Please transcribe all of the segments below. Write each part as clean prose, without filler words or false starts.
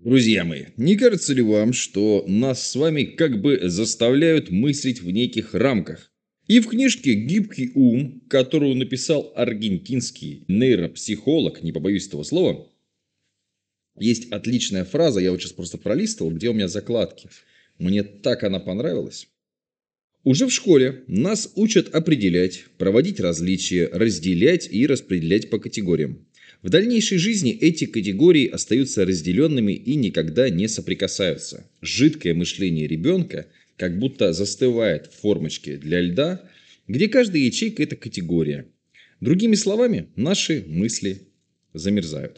Друзья мои, не кажется ли вам, что нас с вами как бы заставляют мыслить в неких рамках? И в книжке «Гибкий ум», которую написал аргентинский нейропсихолог, не побоюсь этого слова, есть отличная фраза, я вот сейчас просто пролистывал, где у меня закладки. Мне так она понравилась. Уже в школе нас учат определять, проводить различия, разделять и распределять по категориям. В дальнейшей жизни эти категории остаются разделенными и никогда не соприкасаются. Жидкое мышление ребенка как будто застывает в формочке для льда, где каждая ячейка – это категория. Другими словами, наши мысли замерзают.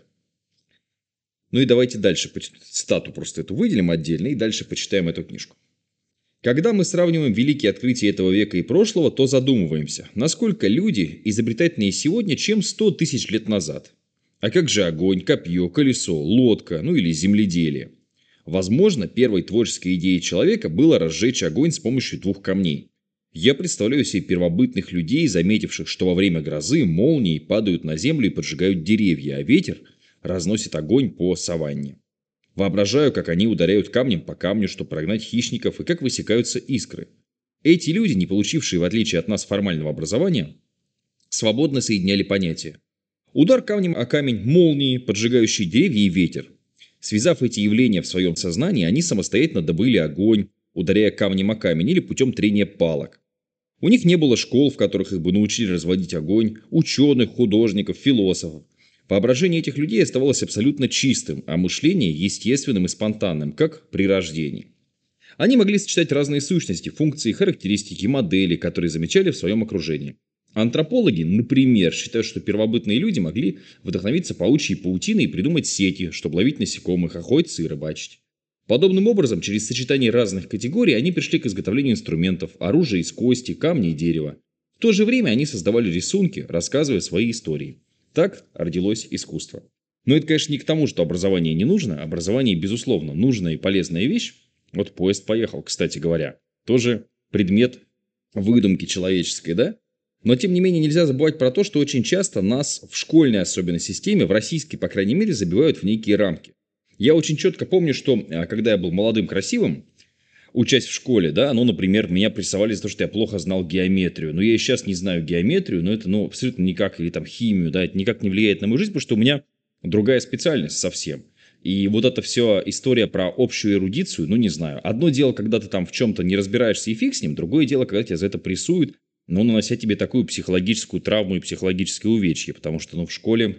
Ну и давайте дальше, цитату просто эту выделим отдельно и дальше почитаем эту книжку. Когда мы сравниваем великие открытия этого века и прошлого, то задумываемся, насколько люди изобретательнее сегодня, чем 100 тысяч лет назад. А как же огонь, копье, колесо, лодка, ну или земледелие? Возможно, первой творческой идеей человека было разжечь огонь с помощью двух камней. Я представляю себе первобытных людей, заметивших, что во время грозы молнии падают на землю и поджигают деревья, а ветер разносит огонь по саванне. Воображаю, как они ударяют камнем по камню, чтобы прогнать хищников, и как высекаются искры. Эти люди, не получившие, в отличие от нас, формального образования, свободно соединяли понятия. Удар камнем о камень, молнии, поджигающие деревья и ветер. Связав эти явления в своем сознании, они самостоятельно добыли огонь, ударяя камнем о камень или путем трения палок. У них не было школ, в которых их бы научили разводить огонь, ученых, художников, философов. Воображение этих людей оставалось абсолютно чистым, а мышление естественным и спонтанным, как при рождении. Они могли сочетать разные сущности, функции, характеристики, модели, которые замечали в своем окружении. Антропологи, например, считают, что первобытные люди могли вдохновиться паучьей паутиной и придумать сети, чтобы ловить насекомых, охотиться и рыбачить. Подобным образом, через сочетание разных категорий, они пришли к изготовлению инструментов, оружия из кости, камня и дерева. В то же время они создавали рисунки, рассказывая свои истории. Так родилось искусство. Но это, конечно, не к тому, что образование не нужно. Образование, безусловно, нужная и полезная вещь. Вот поезд поехал, кстати говоря. Тоже предмет выдумки человеческой, да? Но, тем не менее, нельзя забывать про то, что очень часто нас в школьной особенно системе, в российской, по крайней мере, забивают в некие рамки. Я очень четко помню, что когда я был молодым, красивым, учась в школе, да, ну, например, меня прессовали за то, что я плохо знал геометрию. Но я и сейчас не знаю геометрию, но это, абсолютно никак, или там химию, да, это никак не влияет на мою жизнь, потому что у меня другая специальность совсем. И вот эта вся история про общую эрудицию, не знаю. Одно дело, когда ты там в чем-то не разбираешься и фиг с ним, другое дело, когда тебя за это прессуют, нанося тебе такую психологическую травму и психологическое увечье, потому что, в школе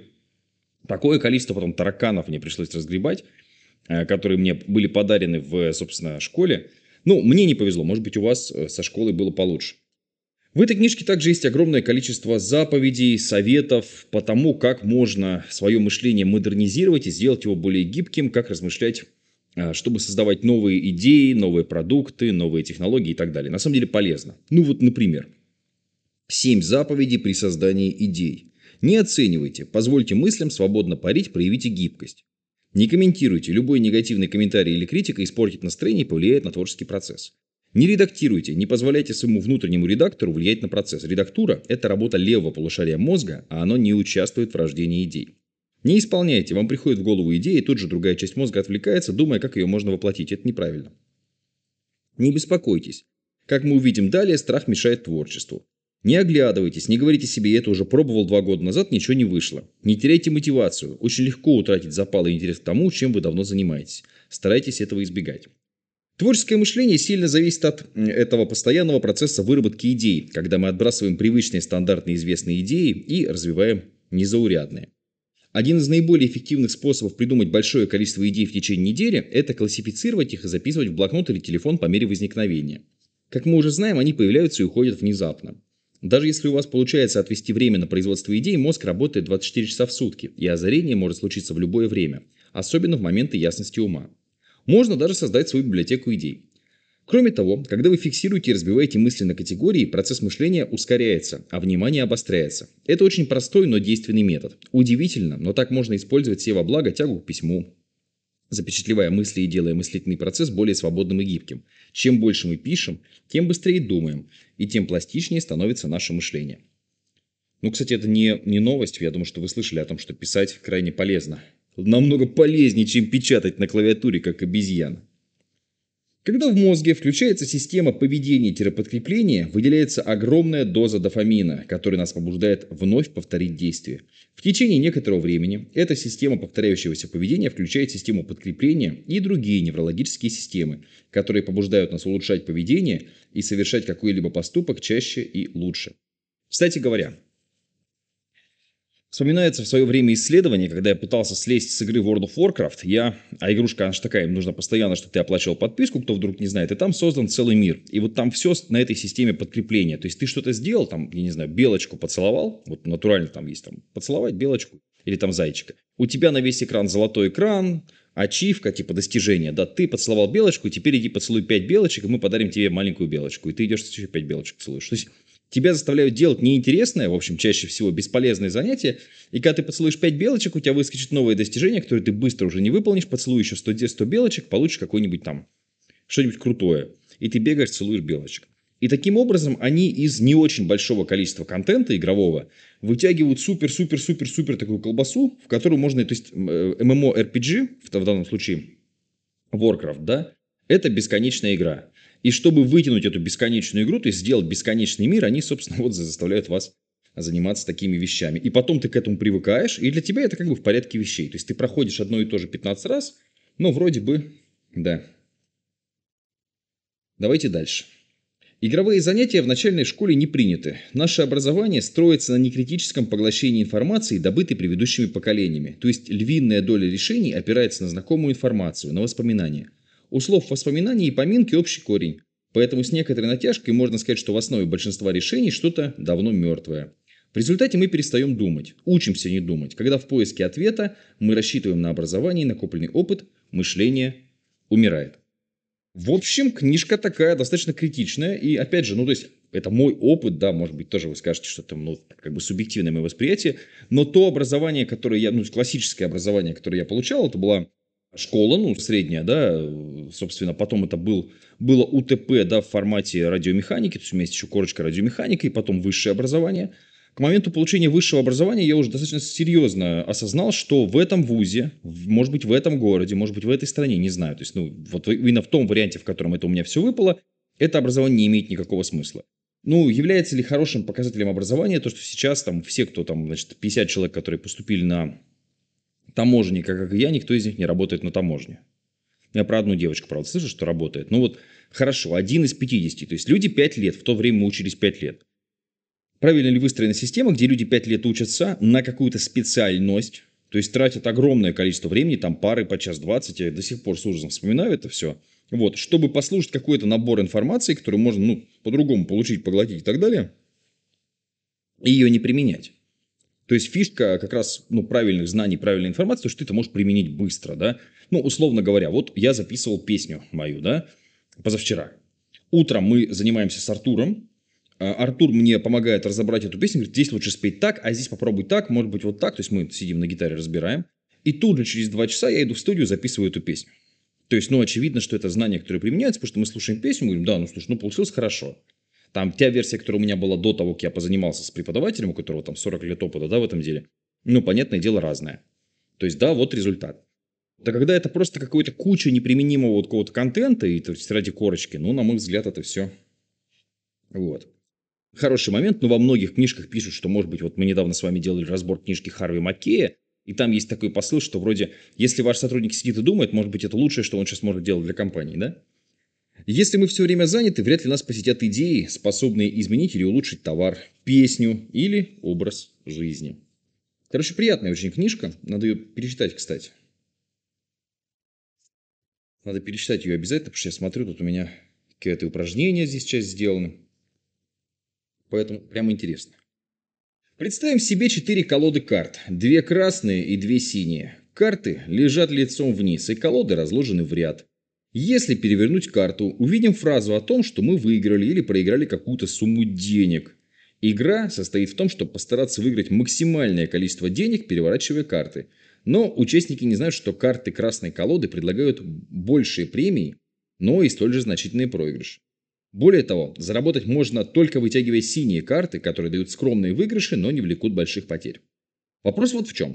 такое количество потом тараканов мне пришлось разгребать, которые мне были подарены в, собственно, школе. Мне не повезло, может быть, у вас со школой было получше. В этой книжке также есть огромное количество заповедей, советов по тому, как можно свое мышление модернизировать и сделать его более гибким, как размышлять, чтобы создавать новые идеи, новые продукты, новые технологии и так далее. На самом деле полезно. Например, 7 заповедей при создании идей. Не оценивайте, позвольте мыслям свободно парить, проявите гибкость. Не комментируйте, любой негативный комментарий или критика испортит настроение и повлияет на творческий процесс. Не редактируйте, не позволяйте своему внутреннему редактору влиять на процесс. Редактура – это работа левого полушария мозга, а оно не участвует в рождении идей. Не исполняйте, вам приходит в голову идея, и тут же другая часть мозга отвлекается, думая, как ее можно воплотить. Это неправильно. Не беспокойтесь. Как мы увидим далее, страх мешает творчеству. Не оглядывайтесь, не говорите себе, я это уже пробовал 2 года назад, ничего не вышло. Не теряйте мотивацию. Очень легко утратить запал и интерес к тому, чем вы давно занимаетесь. Старайтесь этого избегать. Творческое мышление сильно зависит от этого постоянного процесса выработки идей, когда мы отбрасываем привычные стандартные известные идеи и развиваем незаурядные. Один из наиболее эффективных способов придумать большое количество идей в течение недели – это классифицировать их и записывать в блокнот или телефон по мере возникновения. Как мы уже знаем, они появляются и уходят внезапно. Даже если у вас получается отвести время на производство идей, мозг работает 24 часа в сутки, и озарение может случиться в любое время, особенно в моменты ясности ума. Можно даже создать свою библиотеку идей. Кроме того, когда вы фиксируете и разбиваете мысли на категории, процесс мышления ускоряется, а внимание обостряется. Это очень простой, но действенный метод. Удивительно, но так можно использовать все во благо тягу к письму, запечатлевая мысли и делая мыслительный процесс более свободным и гибким. Чем больше мы пишем, тем быстрее думаем, и тем пластичнее становится наше мышление. Кстати, это не новость. Я думаю, что вы слышали о том, что писать крайне полезно. Намного полезнее, чем печатать на клавиатуре, как обезьяна. Когда в мозге включается система поведения-подкрепления, выделяется огромная доза дофамина, которая нас побуждает вновь повторить действие. В течение некоторого времени эта система повторяющегося поведения включает систему подкрепления и другие неврологические системы, которые побуждают нас улучшать поведение и совершать какой-либо поступок чаще и лучше. Кстати говоря, вспоминается в свое время исследование, когда я пытался слезть с игры World of Warcraft. А игрушка, она же такая, им нужно постоянно, чтобы ты оплачивал подписку, кто вдруг не знает. И там создан целый мир. И вот там все на этой системе подкрепления. То есть ты что-то сделал, там, я не знаю, белочку поцеловал. Вот натурально там есть там поцеловать белочку или там зайчика. У тебя на весь экран золотой экран, ачивка, типа достижения. Да, ты поцеловал белочку, теперь иди поцелуй 5 белочек, и мы подарим тебе маленькую белочку. И ты идешь еще 5 белочек целуешь. То есть тебя заставляют делать неинтересное, в общем, чаще всего бесполезное занятие. И когда ты поцелуешь 5 белочек, у тебя выскочит новое достижение, которое ты быстро уже не выполнишь. Поцелуй еще 100 белочек, получишь какой-нибудь там, что-нибудь крутое. И ты бегаешь, целуешь белочек. И таким образом они из не очень большого количества контента игрового вытягивают супер-супер-супер-супер такую колбасу, в которую можно, то есть MMORPG, в данном случае Warcraft, да, это бесконечная игра. И чтобы вытянуть эту бесконечную игру, то есть сделать бесконечный мир, они, собственно, вот заставляют вас заниматься такими вещами. И потом ты к этому привыкаешь, и для тебя это как бы в порядке вещей. То есть ты проходишь одно и то же 15 раз, но вроде бы, да. Давайте дальше. Игровые занятия в начальной школе не приняты. Наше образование строится на некритическом поглощении информации, добытой предыдущими поколениями. То есть львиная доля решений опирается на знакомую информацию, на воспоминания. У слов воспоминания и поминки общий корень. Поэтому с некоторой натяжкой можно сказать, что в основе большинства решений что-то давно мертвое. В результате мы перестаем думать, учимся не думать. Когда в поиске ответа мы рассчитываем на образование и накопленный опыт, мышление умирает. В общем, книжка такая достаточно критичная. И опять же, то есть, это мой опыт, да, может быть, тоже вы скажете, что это, как бы субъективное мое восприятие. Но то образование, которое я, классическое образование, которое я получал, это была школа, средняя, да, собственно, потом это было УТП, да, в формате радиомеханики, то есть у меня есть еще корочка радиомеханика, и потом высшее образование. К моменту получения высшего образования я уже достаточно серьезно осознал, что в этом вузе, может быть, в этом городе, может быть, в этой стране, не знаю, то есть, вот именно в том варианте, в котором это у меня все выпало, это образование не имеет никакого смысла. Является ли хорошим показателем образования то, что сейчас там все, кто там, 50 человек, которые поступили на таможенника, как и я, никто из них не работает на таможне. Я про одну девочку, правда, слышу, что работает. Хорошо, 1 из 50. То есть люди 5 лет, в то время мы учились 5 лет. Правильно ли выстроена система, где люди 5 лет учатся на какую-то специальность, то есть тратят огромное количество времени, там пары по час 20, я до сих пор с ужасом вспоминаю это все, чтобы послушать какой-то набор информации, которую можно, по-другому получить, поглотить и так далее, и ее не применять. То есть фишка как раз правильных знаний, правильной информации, то, что ты это можешь применить быстро, да. Условно говоря, вот я записывал песню мою, да, позавчера. Утром мы занимаемся с Артуром. Артур мне помогает разобрать эту песню, говорит, здесь лучше спеть так, а здесь попробуй так, может быть вот так. То есть мы сидим на гитаре, разбираем. И тут же через 2 часа я иду в студию, записываю эту песню. То есть, очевидно, что это знание, которое применяется, потому что мы слушаем песню, мы говорим, да, слушай, получилось хорошо. Там та версия, которая у меня была до того, как я позанимался с преподавателем, у которого там 40 лет опыта, да, в этом деле, понятное дело, разная. То есть, да, вот результат. Да когда это просто какая-то куча неприменимого какого-то контента, и то есть ради корочки, на мой взгляд, это все. Вот. Хороший момент, но во многих книжках пишут, что, может быть, вот мы недавно с вами делали разбор книжки Харви Маккея, и там есть такой посыл, что вроде, если ваш сотрудник сидит и думает, может быть, это лучшее, что он сейчас может делать для компании, да? Если мы все время заняты, вряд ли нас посетят идеи, способные изменить или улучшить товар, песню или образ жизни. Короче, приятная очень книжка. Надо ее перечитать, кстати. Надо перечитать ее обязательно, потому что я смотрю, тут у меня какие-то упражнения здесь часть сделаны. Поэтому прямо интересно. Представим себе 4 колоды карт. 2 красные и 2 синие. Карты лежат лицом вниз, и колоды разложены в ряд. Если перевернуть карту, увидим фразу о том, что мы выиграли или проиграли какую-то сумму денег. Игра состоит в том, чтобы постараться выиграть максимальное количество денег, переворачивая карты. Но участники не знают, что карты красной колоды предлагают большие премии, но и столь же значительные проигрыши. Более того, заработать можно только вытягивая синие карты, которые дают скромные выигрыши, но не влекут больших потерь. Вопрос вот в чем.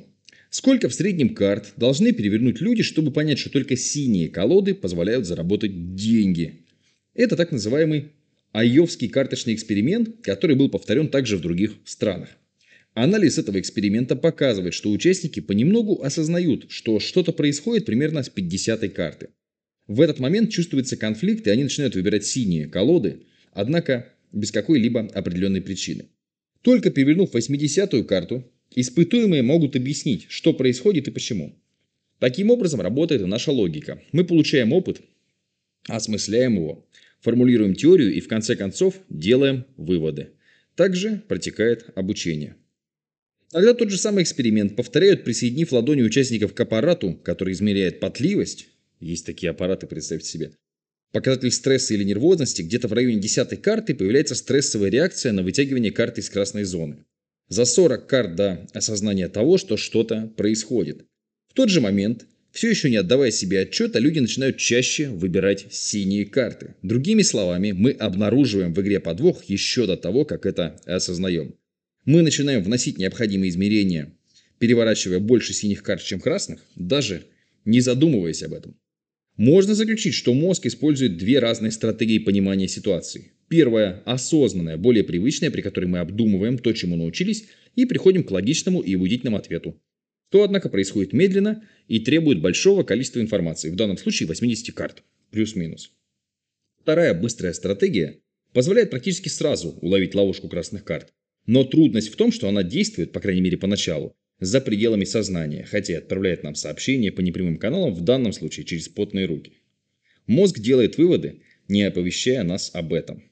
Сколько в среднем карт должны перевернуть люди, чтобы понять, что только синие колоды позволяют заработать деньги? Это так называемый Айовский карточный эксперимент, который был повторен также в других странах. Анализ этого эксперимента показывает, что участники понемногу осознают, что что-то происходит примерно с 50-й карты. В этот момент чувствуется конфликт, и они начинают выбирать синие колоды, однако без какой-либо определенной причины. Только перевернув 80-ю карту, испытуемые могут объяснить, что происходит и почему. Таким образом работает и наша логика. Мы получаем опыт, осмысляем его, формулируем теорию и в конце концов делаем выводы. Также протекает обучение. Тогда тот же самый эксперимент повторяют, присоединив ладони участников к аппарату, который измеряет потливость. Есть такие аппараты, представьте себе. Показатель стресса или нервозности, где-то в районе 10-й карты появляется стрессовая реакция на вытягивание карты из красной зоны. За 40 карт до осознания того, что что-то происходит. В тот же момент, все еще не отдавая себе отчета, люди начинают чаще выбирать синие карты. Другими словами, мы обнаруживаем в игре подвох еще до того, как это осознаем. Мы начинаем вносить необходимые измерения, переворачивая больше синих карт, чем красных, даже не задумываясь об этом. Можно заключить, что мозг использует две разные стратегии понимания ситуации. Первая – осознанная, более привычная, при которой мы обдумываем то, чему научились, и приходим к логичному и убедительному ответу. То, однако, происходит медленно и требует большого количества информации, в данном случае 80 карт, плюс-минус. Вторая быстрая стратегия позволяет практически сразу уловить ловушку красных карт. Но трудность в том, что она действует, по крайней мере поначалу, за пределами сознания, хотя и отправляет нам сообщения по непрямым каналам, в данном случае через потные руки. Мозг делает выводы, не оповещая нас об этом.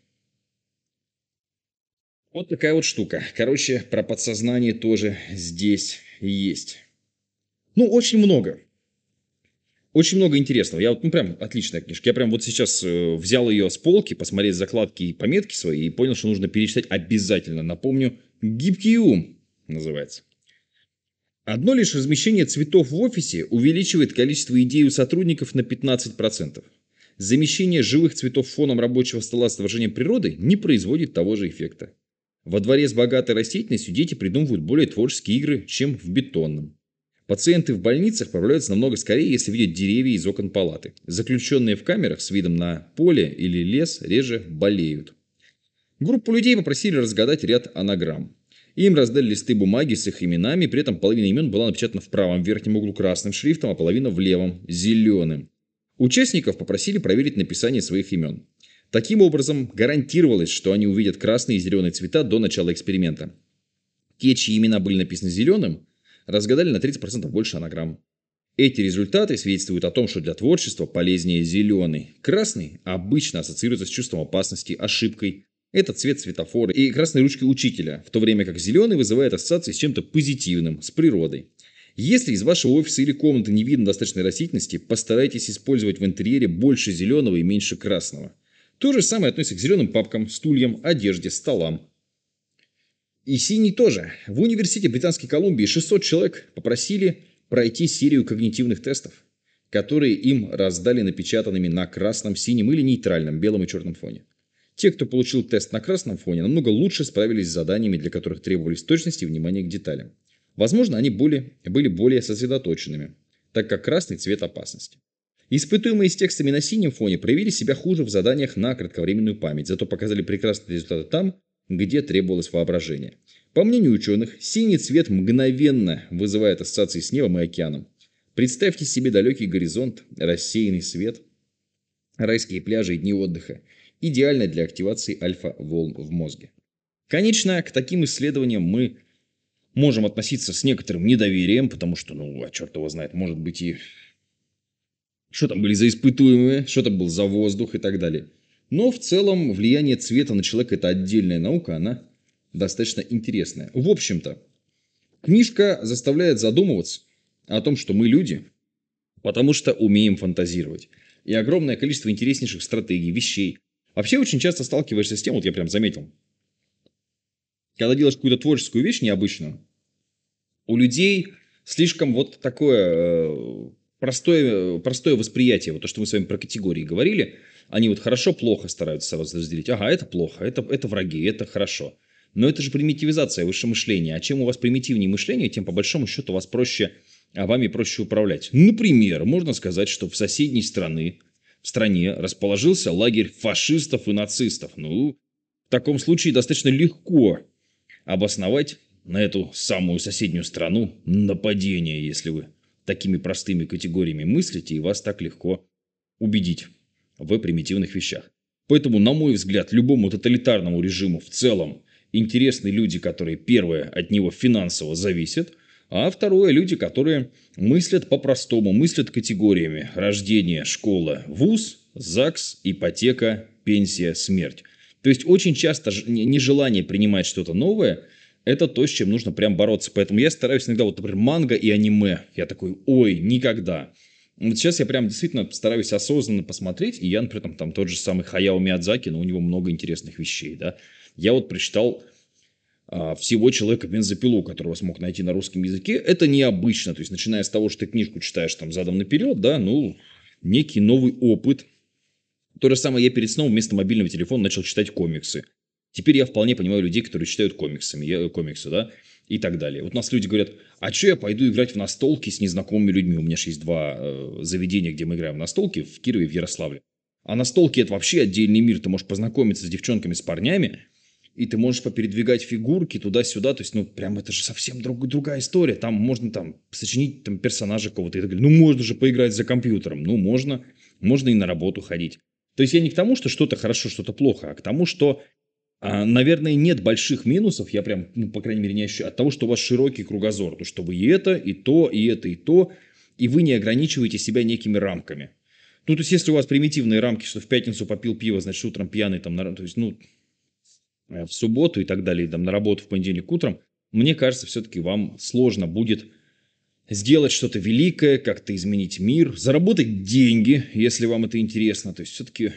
Вот такая вот штука. Короче, про подсознание тоже здесь есть. Очень много. Очень много интересного. Прям отличная книжка. Я прям вот сейчас взял ее с полки, посмотреть закладки и пометки свои и понял, что нужно перечитать обязательно. Напомню, «Гибкий ум» называется. Одно лишь размещение цветов в офисе увеличивает количество идей у сотрудников на 15%. Замещение живых цветов фоном рабочего стола с изображением природы не производит того же эффекта. Во дворе с богатой растительностью дети придумывают более творческие игры, чем в бетонном. Пациенты в больницах поправляются намного скорее, если видят деревья из окон палаты. Заключенные в камерах с видом на поле или лес реже болеют. Группу людей попросили разгадать ряд анаграмм. Им раздали листы бумаги с их именами, при этом половина имен была напечатана в правом верхнем углу красным шрифтом, а половина в левом – зеленым. Участников попросили проверить написание своих имен. Таким образом, гарантировалось, что они увидят красные и зеленые цвета до начала эксперимента. Те, чьи имена были написаны зеленым, разгадали на 30% больше анаграмм. Эти результаты свидетельствуют о том, что для творчества полезнее зеленый. Красный обычно ассоциируется с чувством опасности, ошибкой. Это цвет светофора и красной ручки учителя, в то время как зеленый вызывает ассоциации с чем-то позитивным, с природой. Если из вашего офиса или комнаты не видно достаточной растительности, постарайтесь использовать в интерьере больше зеленого и меньше красного. То же самое относится к зеленым папкам, стульям, одежде, столам. И синий тоже. В университете Британской Колумбии 600 человек попросили пройти серию когнитивных тестов, которые им раздали напечатанными на красном, синем или нейтральном, белом и черном фоне. Те, кто получил тест на красном фоне, намного лучше справились с заданиями, для которых требовались точность и внимание к деталям. Возможно, они были более сосредоточенными, так как красный цвет опасности. Испытуемые с текстами на синем фоне проявили себя хуже в заданиях на кратковременную память, зато показали прекрасные результаты там, где требовалось воображение. По мнению ученых, синий цвет мгновенно вызывает ассоциации с небом и океаном. Представьте себе далекий горизонт, рассеянный свет, райские пляжи и дни отдыха. Идеально для активации альфа-волн в мозге. Конечно, к таким исследованиям мы можем относиться с некоторым недоверием, потому что, черт его знает, может быть и... Что там были за испытуемые, что там был за воздух и так далее. Но в целом влияние цвета на человека – это отдельная наука, она достаточно интересная. В общем-то, книжка заставляет задумываться о том, что мы люди, потому что умеем фантазировать. И огромное количество интереснейших стратегий, вещей. Вообще очень часто сталкиваешься с тем, вот я прям заметил, когда делаешь какую-то творческую вещь необычную, у людей слишком вот такое простое восприятие, вот то, что мы с вами про категории говорили, они вот хорошо-плохо стараются сразу разделить. Ага, это плохо, это враги, это хорошо. Но это же примитивизация высшего мышления. А чем у вас примитивнее мышление, тем по большому счету вас проще, вами проще управлять. Например, можно сказать, что в соседней стране расположился лагерь фашистов и нацистов. Ну, в таком случае достаточно легко обосновать на эту самую соседнюю страну нападение, если вы такими простыми категориями мыслите, и вас так легко убедить в примитивных вещах. Поэтому, на мой взгляд, любому тоталитарному режиму в целом интересны люди, которые, первое, от него финансово зависят, а второе, люди, которые мыслят по-простому, мыслят категориями: рождение, школа, вуз, ЗАГС, ипотека, пенсия, смерть. То есть, очень часто нежелание принимать что-то новое – это то, с чем нужно прям бороться. Поэтому я стараюсь иногда, вот, например, манго и аниме. Я такой: ой, никогда. Вот сейчас я прям действительно стараюсь осознанно посмотреть. И я, например, там тот же самый Хаяо Миядзаки, но у него много интересных вещей. Да? Я вот прочитал всего «Человека-бензопилу», которого смог найти на русском языке. Это необычно. То есть, начиная с того, что ты книжку читаешь там задом наперед, да, ну, некий новый опыт. То же самое я перед сном вместо мобильного телефона начал читать комиксы. Теперь я вполне понимаю людей, которые читают комиксы, да, и так далее. Вот у нас люди говорят: а что я пойду играть в настолки с незнакомыми людьми? У меня же есть два заведения, где мы играем в настолки, в Кирове и в Ярославле. А настолки – это вообще отдельный мир. Ты можешь познакомиться с девчонками, с парнями, и ты можешь попередвигать фигурки туда-сюда. То есть, ну, прям это же совсем другая история. Там можно сочинить персонажа кого-то и так далее. Ну, можно же поиграть за компьютером. Ну, можно. Можно и на работу ходить. То есть, я не к тому, что что-то хорошо, что-то плохо, а к тому, что, наверное, нет больших минусов, я прям, ну, по крайней мере, не ощущаю, от того, что у вас широкий кругозор, то, что вы и это, и то, и это, и то, и вы не ограничиваете себя некими рамками. Ну, то есть, если у вас примитивные рамки, что в пятницу попил пиво, значит, утром пьяный, там, то есть, ну, в субботу и так далее, там, на работу в понедельник утром, мне кажется, все-таки вам сложно будет сделать что-то великое, как-то изменить мир, заработать деньги, если вам это интересно. То есть, все-таки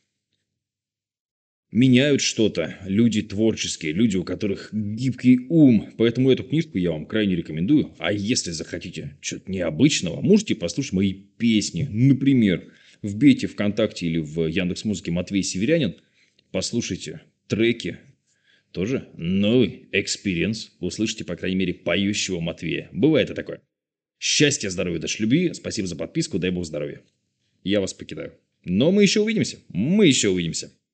меняют что-то люди творческие, люди, у которых гибкий ум. Поэтому эту книжку я вам крайне рекомендую. А если захотите чего-то необычного, можете послушать мои песни. Например, вбейте ВКонтакте или в Яндекс.Музыке Матвей Северянин, послушайте треки. Тоже новый экспириенс. Услышите, по крайней мере, поющего Матвея. Бывает и такое. Счастья, здоровья, удачи, любви. Спасибо за подписку. Дай бог здоровья. Я вас покидаю. Но мы еще увидимся. Мы еще увидимся.